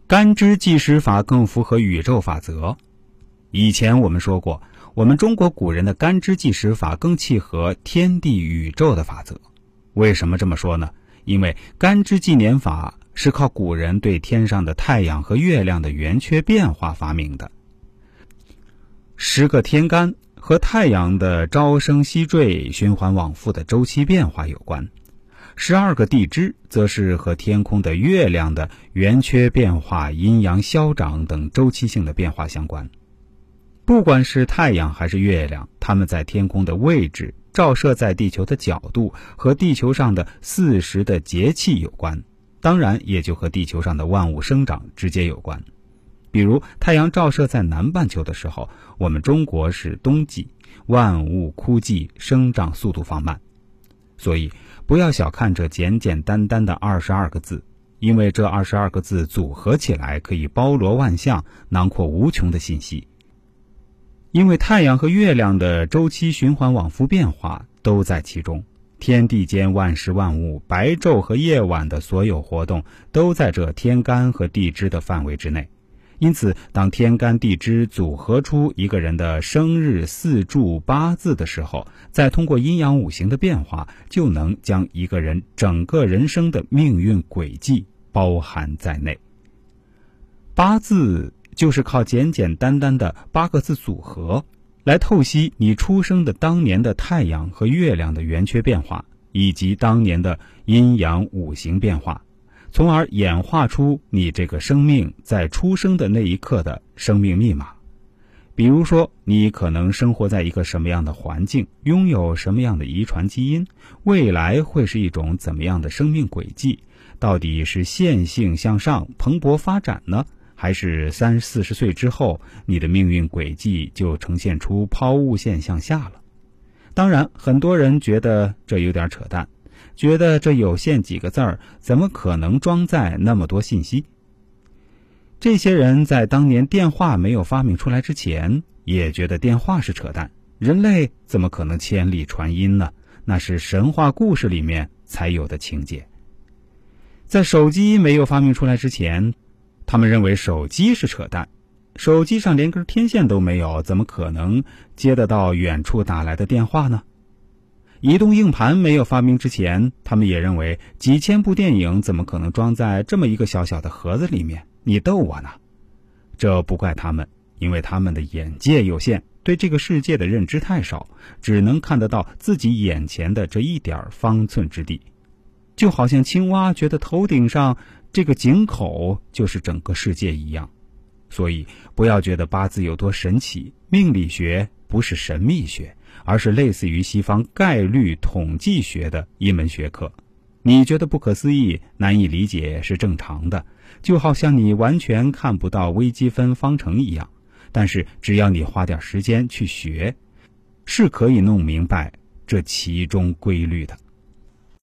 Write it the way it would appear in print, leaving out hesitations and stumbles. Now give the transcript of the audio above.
干支计时法更符合宇宙法则。以前我们说过，我们中国古人的干支计时法更契合天地宇宙的法则。为什么这么说呢？因为干支纪年法是靠古人对天上的太阳和月亮的圆缺变化发明的。10个天干和太阳的朝升夕坠、循环往复的周期变化有关，12个地支则是和天空的月亮的圆缺变化、阴阳消长等周期性的变化相关。不管是太阳还是月亮，它们在天空的位置、照射在地球的角度和地球上的40的节气有关，当然也就和地球上的万物生长直接有关。比如太阳照射在南半球的时候，我们中国是冬季，万物枯寂，生长速度放慢。所以不要小看这简简单单的22个字，因为这22个字组合起来可以包罗万象，囊括无穷的信息。因为太阳和月亮的周期循环往复变化都在其中，天地间万事万物、白昼和夜晚的所有活动都在这天干和地支的范围之内。因此当天干地支组合出一个人的生日、四柱、八字的时候，再通过阴阳五行的变化，就能将一个人整个人生的命运轨迹包含在内。八字就是靠简简单单的8个字组合来透析你出生的当年的太阳和月亮的圆缺变化，以及当年的阴阳五行变化，从而演化出你这个生命在出生的那一刻的生命密码。比如说，你可能生活在一个什么样的环境，拥有什么样的遗传基因，未来会是一种怎么样的生命轨迹，到底是线性向上蓬勃发展呢，还是30-40岁之后，你的命运轨迹就呈现出抛物线向下了。当然，很多人觉得这有点扯淡，觉得这有限几个字儿，怎么可能装载那么多信息？这些人在当年电话没有发明出来之前，也觉得电话是扯淡，人类怎么可能千里传音呢？那是神话故事里面才有的情节。在手机没有发明出来之前，他们认为手机是扯淡，手机上连根天线都没有，怎么可能接得到远处打来的电话呢？移动硬盘没有发明之前，他们也认为几千部电影怎么可能装在这么一个小小的盒子里面，你逗我呢？这不怪他们，因为他们的眼界有限，对这个世界的认知太少，只能看得到自己眼前的这一点方寸之地。就好像青蛙觉得头顶上这个井口就是整个世界一样。所以不要觉得八字有多神奇，命理学不是神秘学，而是类似于西方概率统计学的一门学科。你觉得不可思议、难以理解是正常的，就好像你完全看不到微积分方程一样，但是只要你花点时间去学，是可以弄明白这其中规律的。